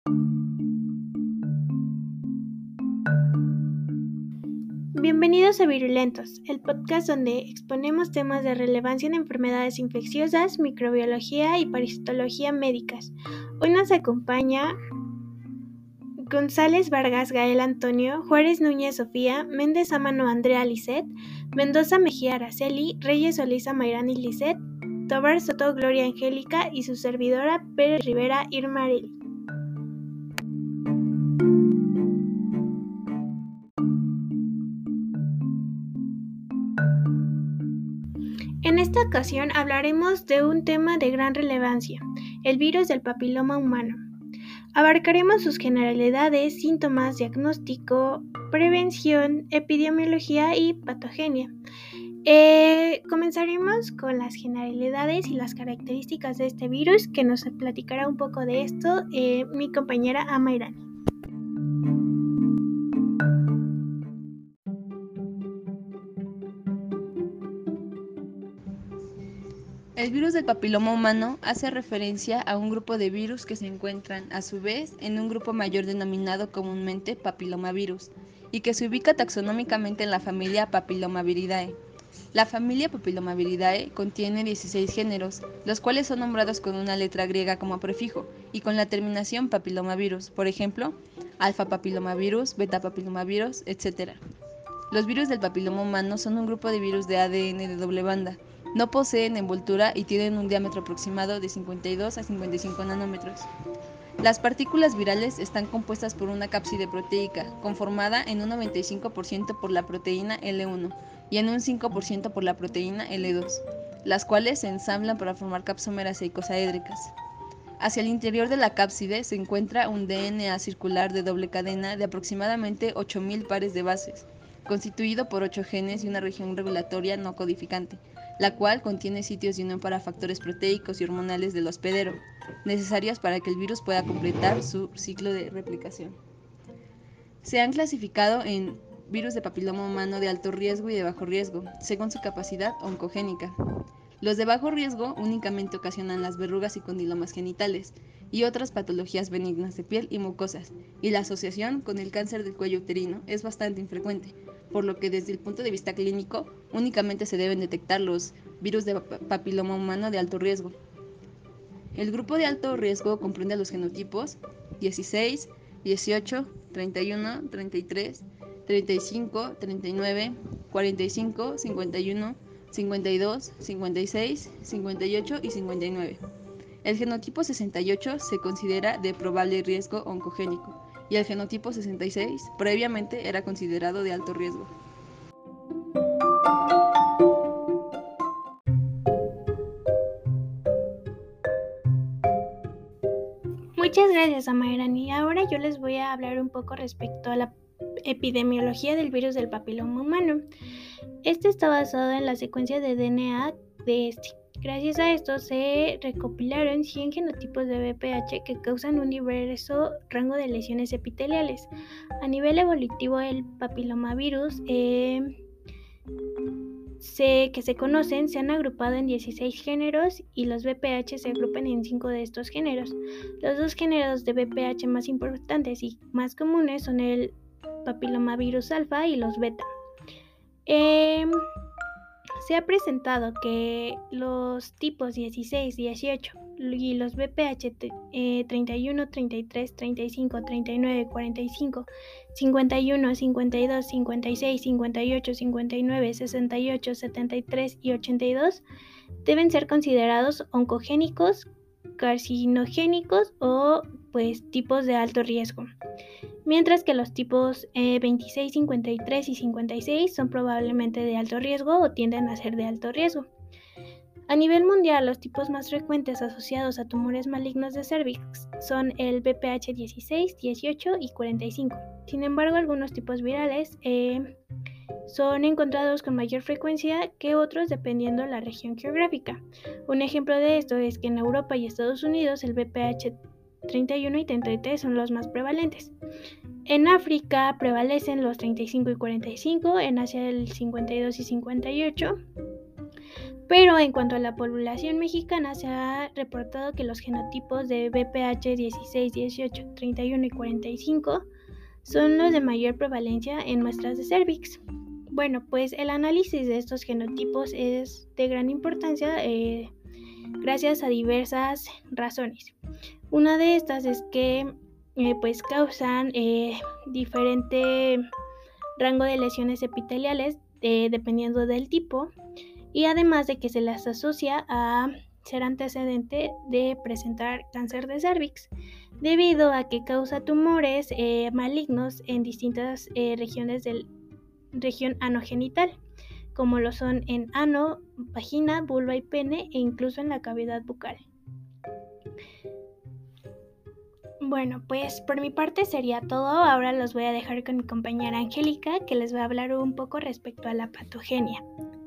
Bienvenidos a Virulentos, el podcast donde exponemos temas de relevancia en enfermedades infecciosas, microbiología y parasitología médicas. Hoy nos acompaña González Vargas Gael Antonio, Juárez Núñez Sofía, Méndez Amano Andrea Lisset, Mendoza Mejía Araceli, Reyes Solís Mayrani Lisset, Tobar Soto Gloria Angélica y su servidora Pérez Rivera Irma Areli. En esta ocasión hablaremos de un tema de gran relevancia, el virus del papiloma humano. Abarcaremos sus generalidades, síntomas, diagnóstico, prevención, epidemiología y patogenia. Comenzaremos con las generalidades y las características de este virus, que nos platicará un poco de esto mi compañera Ama Irani. El virus del papiloma humano hace referencia a un grupo de virus que se encuentran, a su vez, en un grupo mayor denominado comúnmente papilomavirus y que se ubica taxonómicamente en la familia Papilomaviridae. La familia Papilomaviridae contiene 16 géneros, los cuales son nombrados con una letra griega como prefijo y con la terminación papilomavirus, por ejemplo, alfa papilomavirus, beta papilomavirus, etc. Los virus del papiloma humano son un grupo de virus de ADN de doble banda. No poseen envoltura y tienen un diámetro aproximado de 52 a 55 nanómetros. Las partículas virales están compuestas por una cápside proteica, conformada en un 95% por la proteína L1 y en un 5% por la proteína L2, las cuales se ensamblan para formar cápsomeras eicosaédricas. Hacia el interior de la cápside se encuentra un DNA circular de doble cadena de aproximadamente 8.000 pares de bases, constituido por 8 genes y una región regulatoria no codificante, la cual contiene sitios de unión para factores proteicos y hormonales del hospedero, necesarios para que el virus pueda completar su ciclo de replicación. Se han clasificado en virus de papiloma humano de alto riesgo y de bajo riesgo, según su capacidad oncogénica. Los de bajo riesgo únicamente ocasionan las verrugas y condilomas genitales y otras patologías benignas de piel y mucosas, y la asociación con el cáncer del cuello uterino es bastante infrecuente, por lo que desde el punto de vista clínico únicamente se deben detectar los virus de papiloma humano de alto riesgo. El grupo de alto riesgo comprende a los genotipos 16, 18, 31, 33, 35, 39, 45, 51, 52, 56, 58 y 59. El genotipo 68 se considera de probable riesgo oncogénico y el genotipo 66 previamente era considerado de alto riesgo. Muchas gracias, Ama Irani. Ahora yo les voy a hablar un poco respecto a la epidemiología del virus del papiloma humano. Este está basado en la secuencia de DNA de este. Gracias a esto se recopilaron 100 genotipos de VPH que causan un diverso rango de lesiones epiteliales. A nivel evolutivo, el papilomavirus que se conocen se han agrupado en 16 géneros y los VPH se agrupan en 5 de estos géneros. Los dos géneros de VPH más importantes y más comunes son el papilomavirus alfa y los beta. Se ha presentado que los tipos 16, 18 y los VPH 31, 33, 35, 39, 45, 51, 52, 56, 58, 59, 68, 73 y 82 deben ser considerados oncogénicos, carcinogénicos o tipos de alto riesgo, mientras que los tipos 26, 53 y 56 son probablemente de alto riesgo o tienden a ser de alto riesgo. A nivel mundial, los tipos más frecuentes asociados a tumores malignos de cervix son el VPH 16, 18 y 45. Sin embargo, algunos tipos virales son encontrados con mayor frecuencia que otros dependiendo de la región geográfica. Un ejemplo de esto es que en Europa y Estados Unidos el VPH 31 y 33 son los más prevalentes. En África prevalecen los 35 y 45, en Asia el 52 y 58, Pero en cuanto a la población mexicana, se ha reportado que los genotipos de VPH 16, 18, 31 y 45 son los de mayor prevalencia en muestras de cérvix. Bueno, pues el análisis de estos genotipos es de gran importancia gracias a diversas razones. Una de estas es que pues causan diferente rango de lesiones epiteliales dependiendo del tipo, y además de que se las asocia a ser antecedente de presentar cáncer de cérvix, debido a que causa tumores malignos en distintas regiones del región anogenital, como lo son en ano, vagina, vulva y pene, e incluso en la cavidad bucal. Bueno, pues por mi parte sería todo. Ahora los voy a dejar con mi compañera Angélica, que les va a hablar un poco respecto a la patogenia.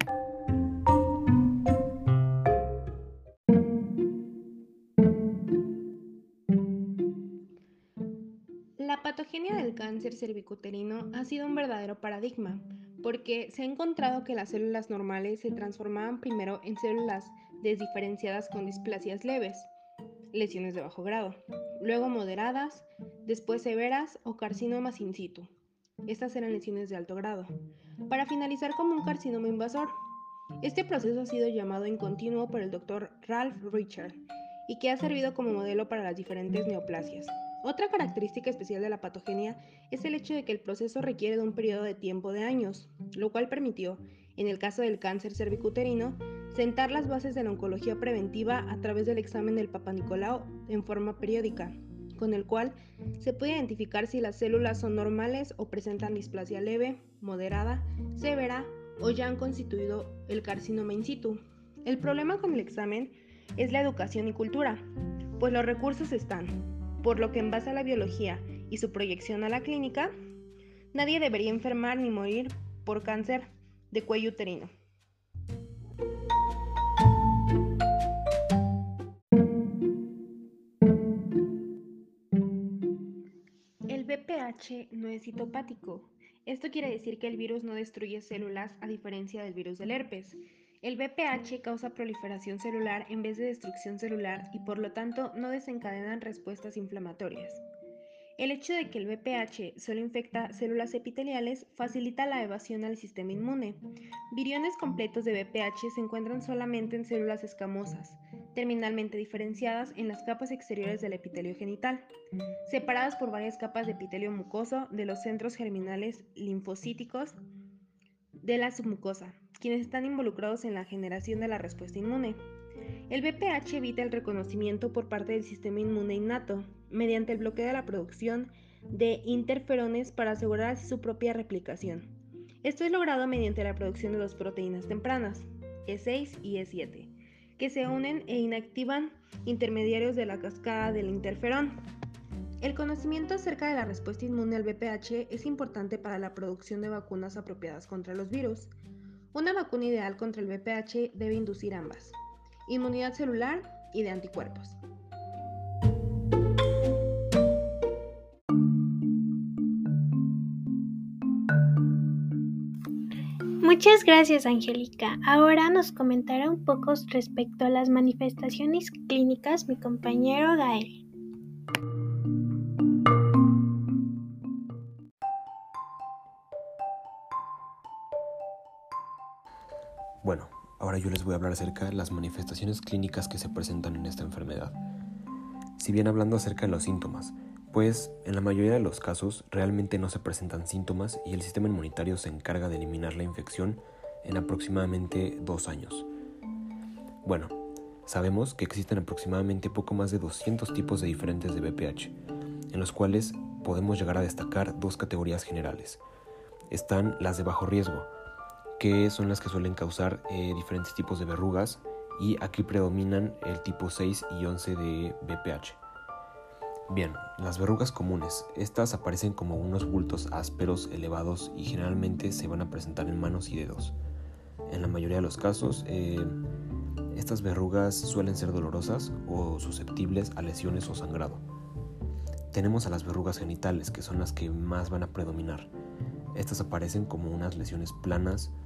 La patogenia del cáncer cervicuterino ha sido un verdadero paradigma, porque se ha encontrado que las células normales se transformaban primero en células desdiferenciadas con displasias leves, lesiones de bajo grado, luego moderadas, después severas o carcinomas in situ. Estas eran lesiones de alto grado, para finalizar como un carcinoma invasor. Este proceso ha sido llamado en continuo por el Dr. Ralph Richard y que ha servido como modelo para las diferentes neoplasias. Otra característica especial de la patogenia es el hecho de que el proceso requiere de un periodo de tiempo de años, lo cual permitió, en el caso del cáncer cervicuterino, sentar las bases de la oncología preventiva a través del examen del Papa Nicolau en forma periódica, con el cual se puede identificar si las células son normales o presentan displasia leve, moderada, severa o ya han constituido el carcinoma in situ. El problema con el examen es la educación y cultura, pues los recursos están, por lo que en base a la biología y su proyección a la clínica, nadie debería enfermar ni morir por cáncer de cuello uterino. El VPH no es citopático. Esto quiere decir que el virus no destruye células a diferencia del virus del herpes. El VPH causa proliferación celular en vez de destrucción celular y por lo tanto no desencadenan respuestas inflamatorias. El hecho de que el VPH solo infecta células epiteliales facilita la evasión al sistema inmune. Viriones completos de VPH se encuentran solamente en células escamosas, terminalmente diferenciadas en las capas exteriores del epitelio genital, separadas por varias capas de epitelio mucoso de los centros germinales linfocíticos de la submucosa, quienes están involucrados en la generación de la respuesta inmune. El VPH evita el reconocimiento por parte del sistema inmune innato, mediante el bloqueo de la producción de interferones para asegurar así su propia replicación. Esto es logrado mediante la producción de dos proteínas tempranas, E6 y E7, que se unen e inactivan intermediarios de la cascada del interferón. El conocimiento acerca de la respuesta inmune al VPH es importante para la producción de vacunas apropiadas contra los virus. Una vacuna ideal contra el VPH debe inducir ambas: inmunidad celular y de anticuerpos. Muchas gracias, Angélica. Ahora nos comentará un poco respecto a las manifestaciones clínicas mi compañero Gael. Bueno, ahora yo les voy a hablar acerca de las manifestaciones clínicas que se presentan en esta enfermedad. Si bien hablando acerca de los síntomas, pues en la mayoría de los casos realmente no se presentan síntomas y el sistema inmunitario se encarga de eliminar la infección en aproximadamente 2 años. Bueno, sabemos que existen aproximadamente poco más de 200 tipos de diferentes de VPH, en los cuales podemos llegar a destacar 2 categorías generales. Están las de bajo riesgo, que son las que suelen causar diferentes tipos de verrugas, y aquí predominan el tipo 6 y 11 de VPH. Bien, las verrugas comunes, estas aparecen como unos bultos ásperos, elevados y generalmente se van a presentar en manos y dedos. En la mayoría de los casos, estas verrugas suelen ser dolorosas o susceptibles a lesiones o sangrado. Tenemos a las verrugas genitales, que son las que más van a predominar. Estas aparecen como unas lesiones planas,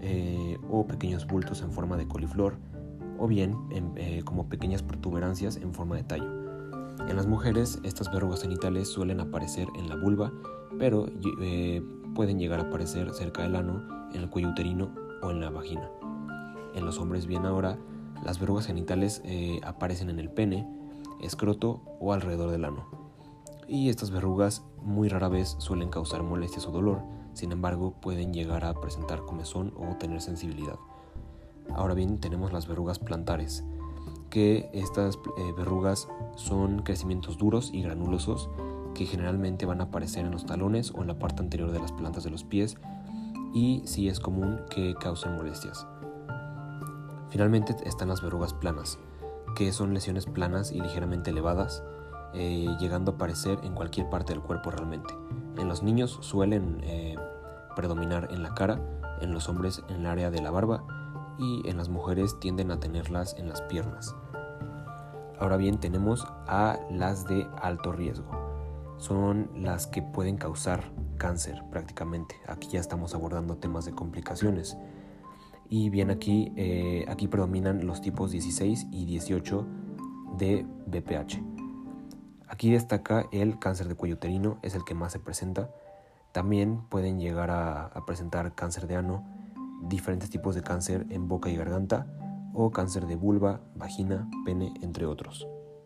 o pequeños bultos en forma de coliflor, o bien como pequeñas protuberancias en forma de tallo. En las mujeres, estas verrugas genitales suelen aparecer en la vulva, pero pueden llegar a aparecer cerca del ano, en el cuello uterino o en la vagina. En los hombres, bien ahora, las verrugas genitales aparecen en el pene, escroto o alrededor del ano. Y estas verrugas muy rara vez suelen causar molestias o dolor, sin embargo pueden llegar a presentar comezón o tener sensibilidad. Ahora bien, tenemos las verrugas plantares, que estas verrugas son crecimientos duros y granulosos que generalmente van a aparecer en los talones o en la parte anterior de las plantas de los pies, y sí es común que causen molestias. Finalmente están las verrugas planas, que son lesiones planas y ligeramente elevadas, llegando a aparecer en cualquier parte del cuerpo realmente. En los niños suelen predominar en la cara, en los hombres en el área de la barba, y en las mujeres tienden a tenerlas en las piernas. Ahora bien, tenemos a las de alto riesgo. Son las que pueden causar cáncer prácticamente. Aquí ya estamos abordando temas de complicaciones. Y bien, aquí predominan los tipos 16 y 18 de BPH. Aquí destaca el cáncer de cuello uterino, es el que más se presenta. También pueden llegar a presentar cáncer de ano, diferentes tipos de cáncer en boca y garganta, o cáncer de vulva, vagina, pene, entre otros.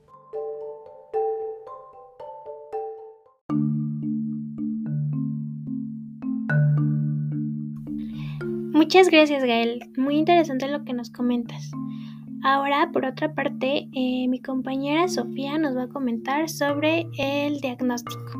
Muchas gracias, Gael. Muy interesante lo que nos comentas. Ahora, por otra parte, mi compañera Sofía nos va a comentar sobre el diagnóstico.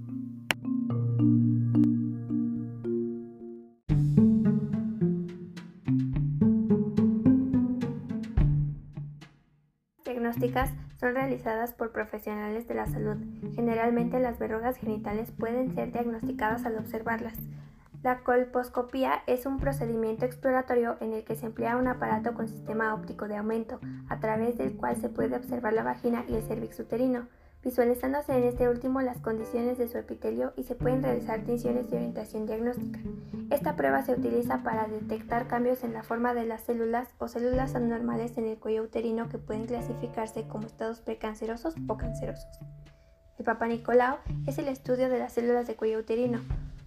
Diagnósticas son realizadas por profesionales de la salud. Generalmente las verrugas genitales pueden ser diagnosticadas al observarlas. La colposcopía es un procedimiento exploratorio en el que se emplea un aparato con sistema óptico de aumento, a través del cual se puede observar la vagina y el cérvix uterino, visualizándose en este último las condiciones de su epitelio, y se pueden realizar tinciones de orientación diagnóstica. Esta prueba se utiliza para detectar cambios en la forma de las células o células anormales en el cuello uterino que pueden clasificarse como estados precancerosos o cancerosos. El Papa Nicolau es el estudio de las células de cuello uterino.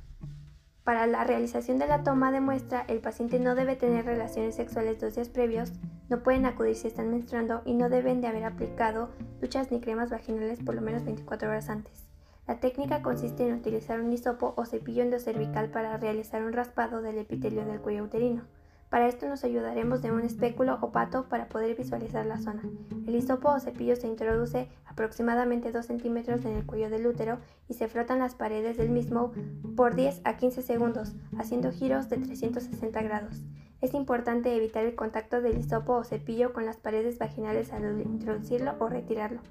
Para la realización de la toma de muestra, el paciente no debe tener relaciones sexuales 2 días previos, no pueden acudir si están menstruando y no deben de haber aplicado duchas ni cremas vaginales por lo menos 24 horas antes. La técnica consiste en utilizar un hisopo o cepillo endocervical para realizar un raspado del epitelio del cuello uterino. Para esto nos ayudaremos de un espéculo o pato para poder visualizar la zona. El hisopo o cepillo se introduce aproximadamente 2 centímetros en el cuello del útero y se frotan las paredes del mismo por 10 a 15 segundos, haciendo giros de 360 grados. Es importante evitar el contacto del hisopo o cepillo con las paredes vaginales al introducirlo o retirarlo.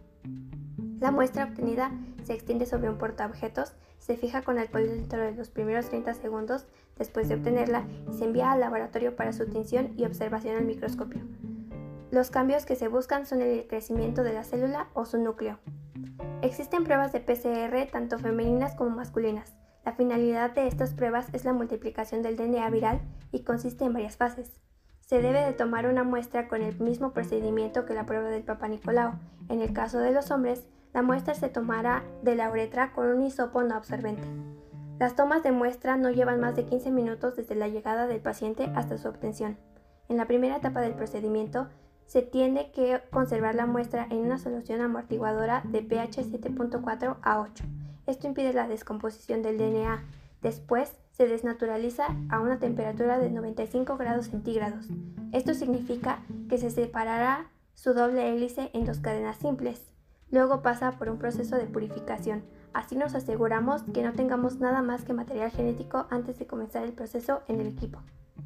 La muestra obtenida se extiende sobre un portaobjetos, se fija con alcohol dentro de los primeros 30 segundos después de obtenerla y se envía al laboratorio para su tinción y observación al microscopio. Los cambios que se buscan son el crecimiento de la célula o su núcleo. Existen pruebas de PCR tanto femeninas como masculinas. La finalidad de estas pruebas es la multiplicación del DNA viral y consiste en varias fases. Se debe de tomar una muestra con el mismo procedimiento que la prueba del Papa Nicolau. En el caso de los hombres, la muestra se tomará de la uretra con un hisopo no absorbente. Las tomas de muestra no llevan más de 15 minutos desde la llegada del paciente hasta su obtención. En la primera etapa del procedimiento, se tiene que conservar la muestra en una solución amortiguadora de pH 7.4 a 8. Esto impide la descomposición del DNA. Después, se desnaturaliza a una temperatura de 95 grados centígrados. Esto significa que se separará su doble hélice en 2 cadenas simples. Luego pasa por un proceso de purificación. Así nos aseguramos que no tengamos nada más que material genético antes de comenzar el proceso en el equipo.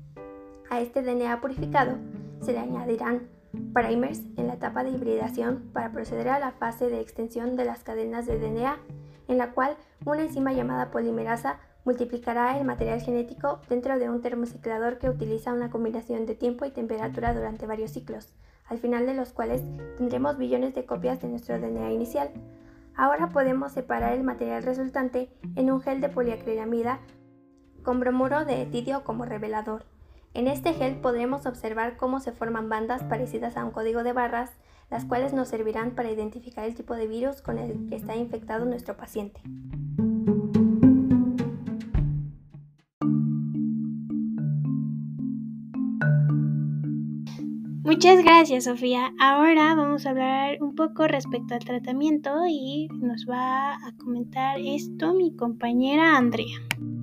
A este DNA purificado se le añadirán primers en la etapa de hibridación para proceder a la fase de extensión de las cadenas de DNA, en la cual una enzima llamada polimerasa multiplicará el material genético dentro de un termociclador que utiliza una combinación de tiempo y temperatura durante varios ciclos, al final de los cuales tendremos billones de copias de nuestro DNA inicial. Ahora podemos separar el material resultante en un gel de poliacrilamida con bromuro de etidio como revelador. En este gel podremos observar cómo se forman bandas parecidas a un código de barras, las cuales nos servirán para identificar el tipo de virus con el que está infectado nuestro paciente. Muchas gracias, Sofía. Ahora vamos a hablar un poco respecto al tratamiento y nos va a comentar esto mi compañera Andrea.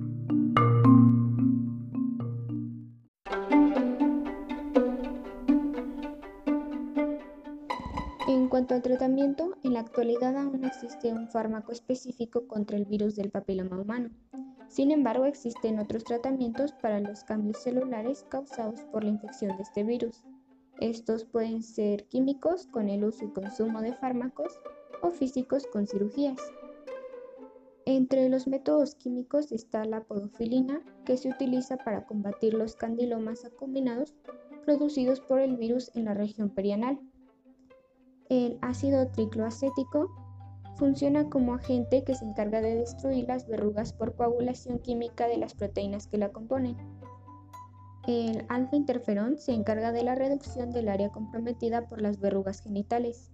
En cuanto al tratamiento, en la actualidad aún no existe un fármaco específico contra el virus del papiloma humano. Sin embargo, existen otros tratamientos para los cambios celulares causados por la infección de este virus. Estos pueden ser químicos con el uso y consumo de fármacos o físicos con cirugías. Entre los métodos químicos está la podofilina, que se utiliza para combatir los candilomas acuminados producidos por el virus en la región perianal. El ácido tricloacético funciona como agente que se encarga de destruir las verrugas por coagulación química de las proteínas que la componen. El alfa-interferón se encarga de la reducción del área comprometida por las verrugas genitales.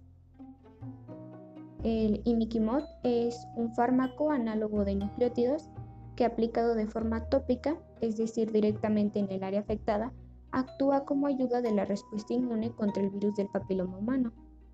El imiquimod es un fármaco análogo de nucleótidos que, aplicado de forma tópica, es decir, directamente en el área afectada, actúa como ayuda de la respuesta inmune contra el virus del papiloma humano.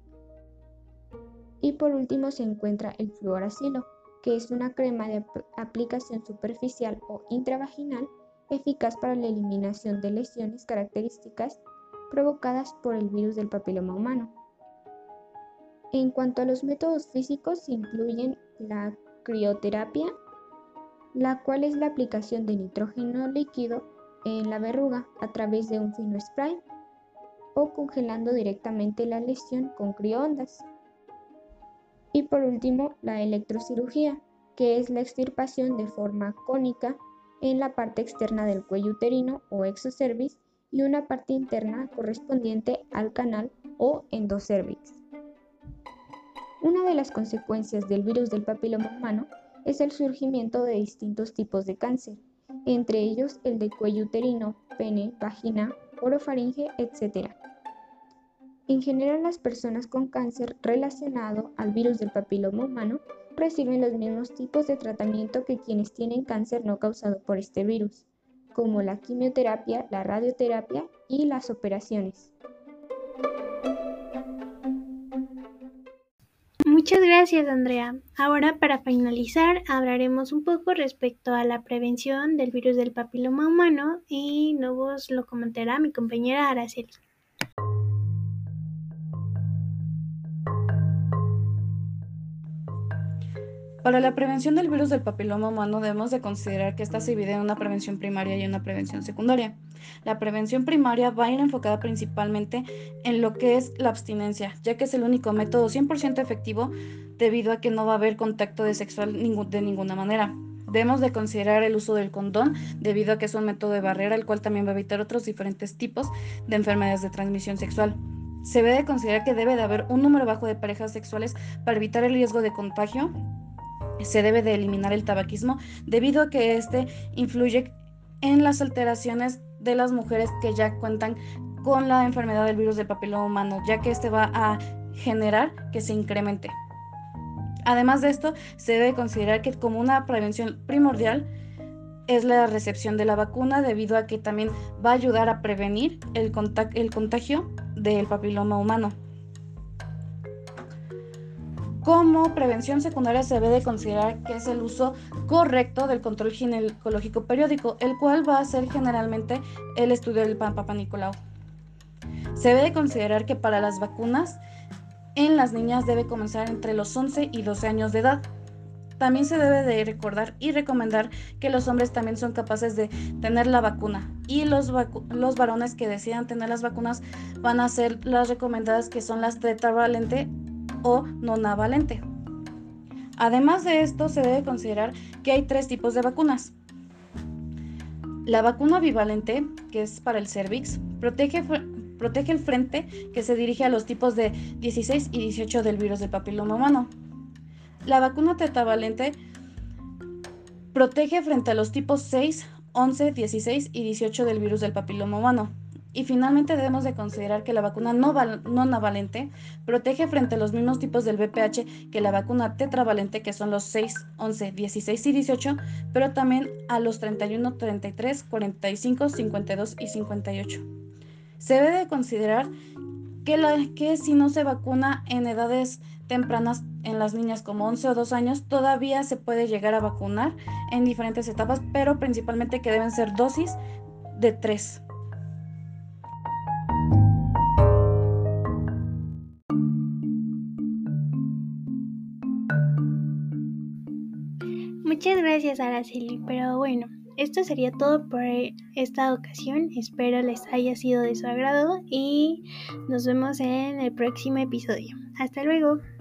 Y por último se encuentra el fluoracilo, que es una crema de aplicación superficial o intravaginal eficaz para la eliminación de lesiones características provocadas por el virus del papiloma humano. En cuanto a los métodos físicos, se incluyen la crioterapia, la cual es la aplicación de nitrógeno líquido en la verruga a través de un fino spray o congelando directamente la lesión con crioondas. Y por último, la electrocirugía, que es la extirpación de forma cónica en la parte externa del cuello uterino o exocervix y una parte interna correspondiente al canal o endocervix. Una de las consecuencias del virus del papiloma humano es el surgimiento de distintos tipos de cáncer, entre ellos el de cuello uterino, pene, vagina, orofaringe, etc. En general, las personas con cáncer relacionado al virus del papiloma humano reciben los mismos tipos de tratamiento que quienes tienen cáncer no causado por este virus, como la quimioterapia, la radioterapia y las operaciones. Muchas gracias, Andrea. Ahora, para finalizar, hablaremos un poco respecto a la prevención del virus del papiloma humano y nos lo comentará mi compañera Araceli. Para la prevención del virus del papiloma humano debemos de considerar que esta se divide en una prevención primaria y una prevención secundaria. La prevención primaria va a ir enfocada principalmente en lo que es la abstinencia, ya que es el único método 100% efectivo debido a que no va a haber contacto sexual de ninguna manera. Debemos de considerar el uso del condón debido a que es un método de barrera el cual también va a evitar otros diferentes tipos de enfermedades de transmisión sexual. Se debe de considerar que debe de haber un número bajo de parejas sexuales para evitar el riesgo de contagio. Se debe de eliminar el tabaquismo debido a que este influye en las alteraciones de las mujeres que ya cuentan con la enfermedad del virus del papiloma humano, ya que este va a generar que se incremente. Además de esto, se debe considerar que como una prevención primordial es la recepción de la vacuna, debido a que también va a ayudar a prevenir el contagio del papiloma humano. Como prevención secundaria se debe de considerar que es el uso correcto del control ginecológico periódico, el cual va a ser generalmente el estudio del Papa Nicolau. Se debe de considerar que para las vacunas en las niñas debe comenzar entre los 11 y 12 años de edad. También se debe de recordar y recomendar que los hombres también son capaces de tener la vacuna y los varones que decidan tener las vacunas van a ser las recomendadas, que son las tetravalente o nonavalente. Además de esto, se debe considerar que hay 3 tipos de vacunas. La vacuna bivalente, que es para el cervix, protege el frente, que se dirige a los tipos de 16 y 18 del virus del papiloma humano. La vacuna tetravalente protege frente a los tipos 6, 11, 16 y 18 del virus del papiloma humano. Y finalmente debemos de considerar que la vacuna no navalente protege frente a los mismos tipos del VPH que la vacuna tetravalente, que son los 6, 11, 16 y 18, pero también a los 31, 33, 45, 52 y 58. Se debe de considerar que si no se vacuna en edades tempranas en las niñas como 11 o 2 años, todavía se puede llegar a vacunar en diferentes etapas, pero principalmente que deben ser dosis de 3. Muchas gracias, Araceli, pero bueno, esto sería todo por esta ocasión. Espero les haya sido de su agrado y nos vemos en el próximo episodio. Hasta luego.